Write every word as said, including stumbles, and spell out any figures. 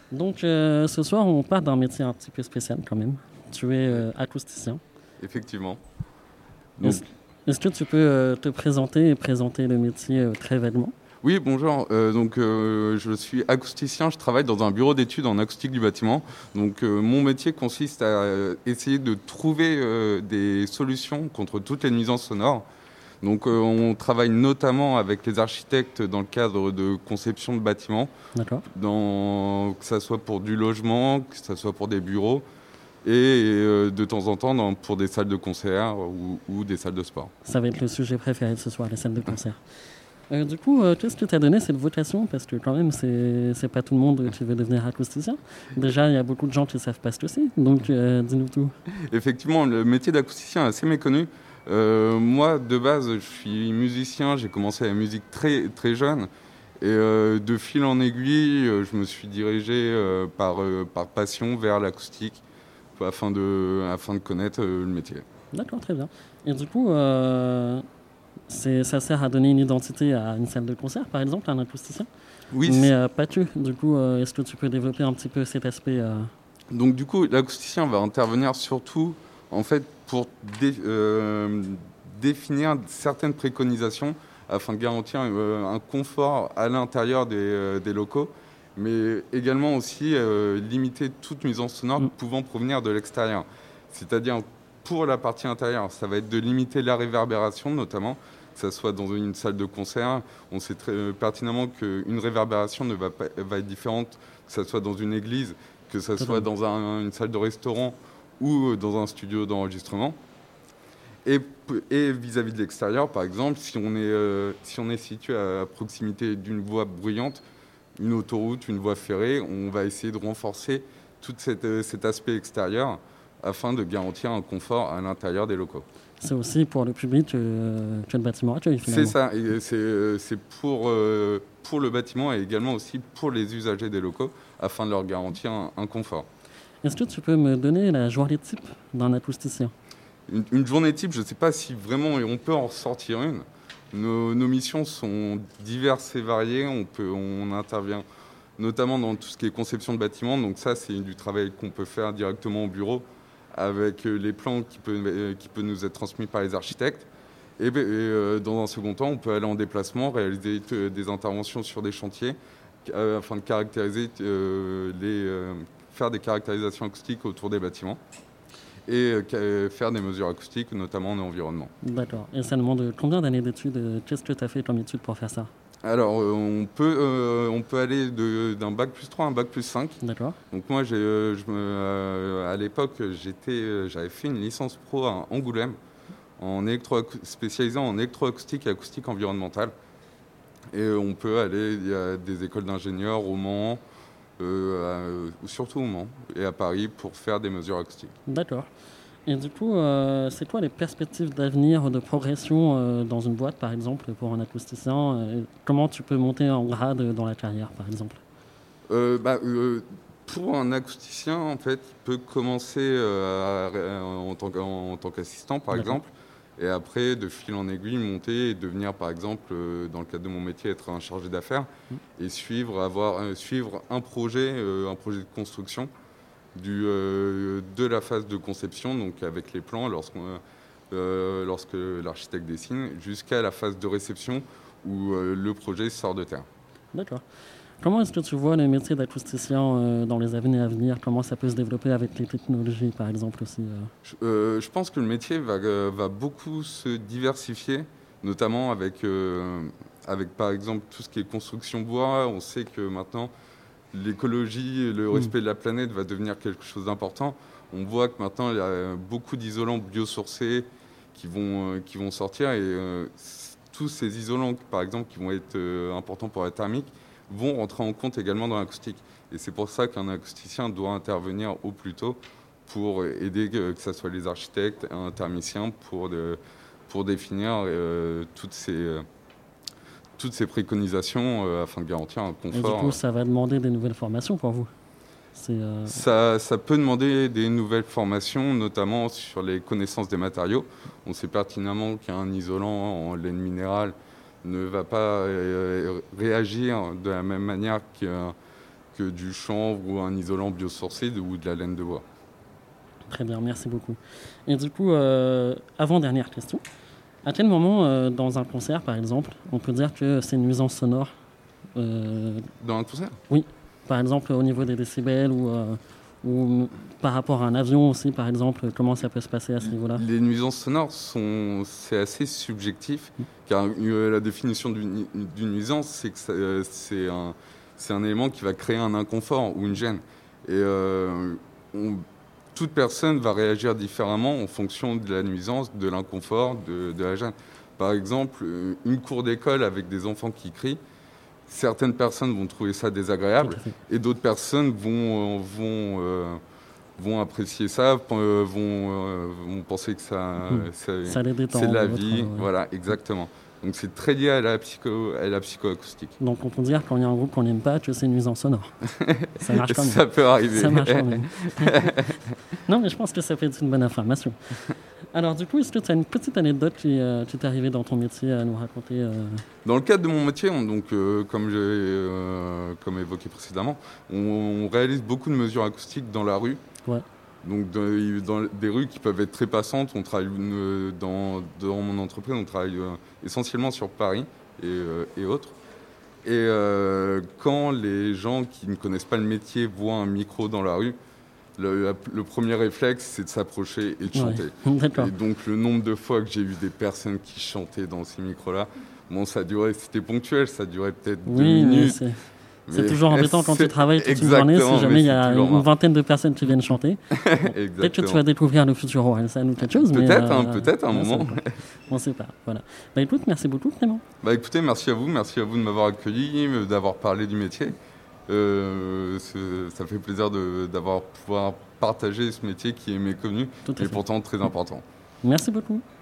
Donc, euh, ce soir, on part d'un métier un petit peu spécial quand même. Tu es euh, acousticien. Effectivement. Donc, Est-ce, est-ce que tu peux euh, te présenter et présenter le métier euh, très vaguement? oui, bonjour. Euh, donc, euh, je suis acousticien. Je travaille dans un bureau d'études en acoustique du bâtiment. Donc, euh, mon métier consiste à euh, essayer de trouver euh, des solutions contre toutes les nuisances sonores. Donc, euh, on travaille notamment avec les architectes dans le cadre de conception de bâtiments, D'accord. dans, que ce soit pour du logement, que ce soit pour des bureaux, et euh, de temps en temps dans- pour des salles de concert ou, ou des salles de sport. Ça va être le sujet préféré de ce soir, les salles de concert. Euh, du coup, euh, qu'est-ce que tu as donné cette vocation? Parce que quand même, c'est, c'est pas tout le monde qui veut devenir acousticien. Déjà, il y a beaucoup de gens qui savent pas ce que c'est. Donc, euh, dis-nous tout. Effectivement, le métier d'acousticien est assez méconnu. Euh, moi, de base, je suis musicien. J'ai commencé la musique très, très jeune. Et euh, de fil en aiguille, euh, je me suis dirigé euh, par, euh, par passion vers l'acoustique afin de, afin de connaître euh, le métier. D'accord, très bien. Et du coup, euh, c'est, ça sert à donner une identité à une salle de concert, par exemple, à un acousticien. Oui, Mais euh, pas que. Du coup, euh, est-ce que tu peux développer un petit peu cet aspect euh, donc du coup, l'acousticien va intervenir surtout en fait pour dé- euh, définir certaines préconisations afin de garantir euh, un confort à l'intérieur des, euh, des locaux, mais également aussi euh, limiter toute nuisance sonore Mm. pouvant provenir de l'extérieur. C'est-à-dire pour la partie intérieure, ça va être de limiter la réverbération notamment, que ce soit dans une salle de concert. On sait très euh, pertinemment qu'une réverbération ne va, pas, va être différente que ce soit dans une église, que ce soit Totalement. dans un- une salle de restaurant ou dans un studio d'enregistrement. Et, et vis-à-vis de l'extérieur, par exemple, si on est, euh, si on est situé à proximité d'une voie bruyante, une autoroute, une voie ferrée, on va essayer de renforcer tout cette, euh, cet aspect extérieur afin de garantir un confort à l'intérieur des locaux. C'est aussi pour le public euh, que le bâtiment accueille C'est finalement. ça, et c'est euh, c'est pour, euh, pour le bâtiment et également aussi pour les usagers des locaux afin de leur garantir un, un confort. Est-ce que tu peux me donner la journée type d'un acousticien? Une, une journée type, je ne sais pas si vraiment on peut en ressortir une. Nos, nos missions sont diverses et variées. On, peut, on intervient notamment dans tout ce qui est conception de bâtiments. Donc ça, c'est du travail qu'on peut faire directement au bureau avec les plans qui peuvent qui peut nous être transmis par les architectes. Et, et euh, dans un second temps, on peut aller en déplacement, réaliser euh, des interventions sur des chantiers euh, afin de caractériser, euh, les, euh, faire des caractérisations acoustiques autour des bâtiments et euh, faire des mesures acoustiques, notamment en environnement. D'accord. Et ça demande combien d'années d'études? Qu'est-ce que tu as fait comme étude pour faire ça? Alors, euh, on, peut, euh, on peut aller de, d'un bac plus trois à un bac plus cinq. D'accord. Donc moi, j'ai, euh, je me, euh, à l'époque, j'étais, euh, j'avais fait une licence pro à Angoulême, en électro spécialisant en électroacoustique et acoustique environnementale. Et euh, on peut aller, il y a des écoles d'ingénieurs au Mans, euh, à, surtout au Mans, et à Paris pour faire des mesures acoustiques. D'accord. Et du coup, euh, c'est quoi les perspectives d'avenir, de progression euh, dans une boîte, par exemple, pour un acousticien? euh, Comment tu peux monter en grade dans la carrière, par exemple? Euh, bah, euh, pour un acousticien, en fait, il peut commencer euh, à- en tant qu'- en tant qu'assistant, par D'accord. exemple, et après, de fil en aiguille, monter et devenir, par exemple, euh, dans le cadre de mon métier, être un chargé d'affaires Mm. et suivre, avoir, euh, suivre un projet, euh, un projet de construction du, euh, de la phase de conception, donc avec les plans, lorsqu'on, euh, lorsque l'architecte dessine, jusqu'à la phase de réception où euh, le projet sort de terre. D'accord. Comment est-ce que tu vois le métier d'acousticien euh, dans les années à venir? Comment ça peut se développer avec les technologies, par exemple, aussi euh Je, euh, je pense que le métier va, euh, va beaucoup se diversifier, notamment avec, euh, avec, par exemple, tout ce qui est construction bois. On sait que maintenant, l'écologie et le Mm. respect de la planète va devenir quelque chose d'important. On voit que maintenant, il y a beaucoup d'isolants biosourcés qui vont, euh, qui vont sortir. Et euh, tous ces isolants, par exemple, qui vont être euh, importants pour la thermique, vont rentrer en compte également dans l'acoustique. Et c'est pour ça qu'un acousticien doit intervenir au plus tôt pour aider, que ce soit les architectes, un thermicien, pour, de, pour définir euh, toutes, ces, euh, toutes ces préconisations euh, afin de garantir un Et du confort. coup, ça va demander des nouvelles formations pour vous. C'est, euh, Ça, ça peut demander des nouvelles formations, notamment sur les connaissances des matériaux. On sait pertinemment qu'un isolant en laine minérale ne va pas euh, réagir de la même manière qu'un que du chanvre ou un isolant biosourcé ou de la laine de bois. Très bien, merci beaucoup. Et du coup, euh, avant-dernière question. À quel moment, euh, dans un concert, par exemple, on peut dire que c'est une nuisance sonore euh, Dans un concert? Oui, par exemple au niveau des décibels ou, euh, ou par rapport à un avion aussi, par exemple, comment ça peut se passer à ce niveau-là? Les nuisances sonores, sont, c'est assez subjectif, mmh. car euh, la définition d'une, d'une nuisance, c'est que ça, euh, c'est, un, c'est un élément qui va créer un inconfort ou une gêne. Et euh, on, toute personne va réagir différemment en fonction de la nuisance, de l'inconfort, de, de la gêne. Par exemple, une cour d'école avec des enfants qui crient, certaines personnes vont trouver ça désagréable et d'autres personnes vont, vont, euh, vont apprécier ça, vont, euh, vont penser que ça, mmh. c'est, ça les détend, c'est de la vie. ouais. Voilà, exactement. Donc c'est très lié à la, psycho, à la psychoacoustique. Donc on peut dire quand il y a un groupe qu'on n'aime pas que c'est une nuisance sonore. Ça marche quand même. Ça peut arriver. Ça marche quand même. Non, mais je pense que ça peut être une bonne information. Alors du coup, est-ce que tu as une petite anecdote qui, euh, qui t'est arrivée dans ton métier à nous raconter euh... Dans le cadre de mon métier, on, donc, euh, comme, j'ai, euh, comme évoqué précédemment, on, on réalise beaucoup de mesures acoustiques dans la rue. Ouais. Donc dans, dans des rues qui peuvent être très passantes. On travaille euh, dans, dans mon entreprise, on travaille euh, essentiellement sur Paris et, euh, et autres. Et euh, quand les gens qui ne connaissent pas le métier voient un micro dans la rue, le, le premier réflexe, c'est de s'approcher et de chanter. Ouais, et donc le nombre de fois que j'ai eu des personnes qui chantaient dans ces micros-là, bon, ça durait, c'était ponctuel, ça durait peut-être oui, deux minutes. C'est... C'est mais toujours embêtant quand tu travailles toute une journée, si jamais il y a une vingtaine de personnes qui viennent chanter. Bon, peut-être que tu vas découvrir le futur Orelsan ou quelque chose. Peut-être, mais, hein, euh, peut-être à un on moment. Sait on ne sait pas. Voilà. Bah écoute, merci beaucoup Clément. Bah écoutez, merci à vous, merci à vous de m'avoir accueilli, d'avoir parlé du métier. Euh, ça fait plaisir de, d'avoir pouvoir partager ce métier qui est méconnu et pourtant très important. Merci beaucoup.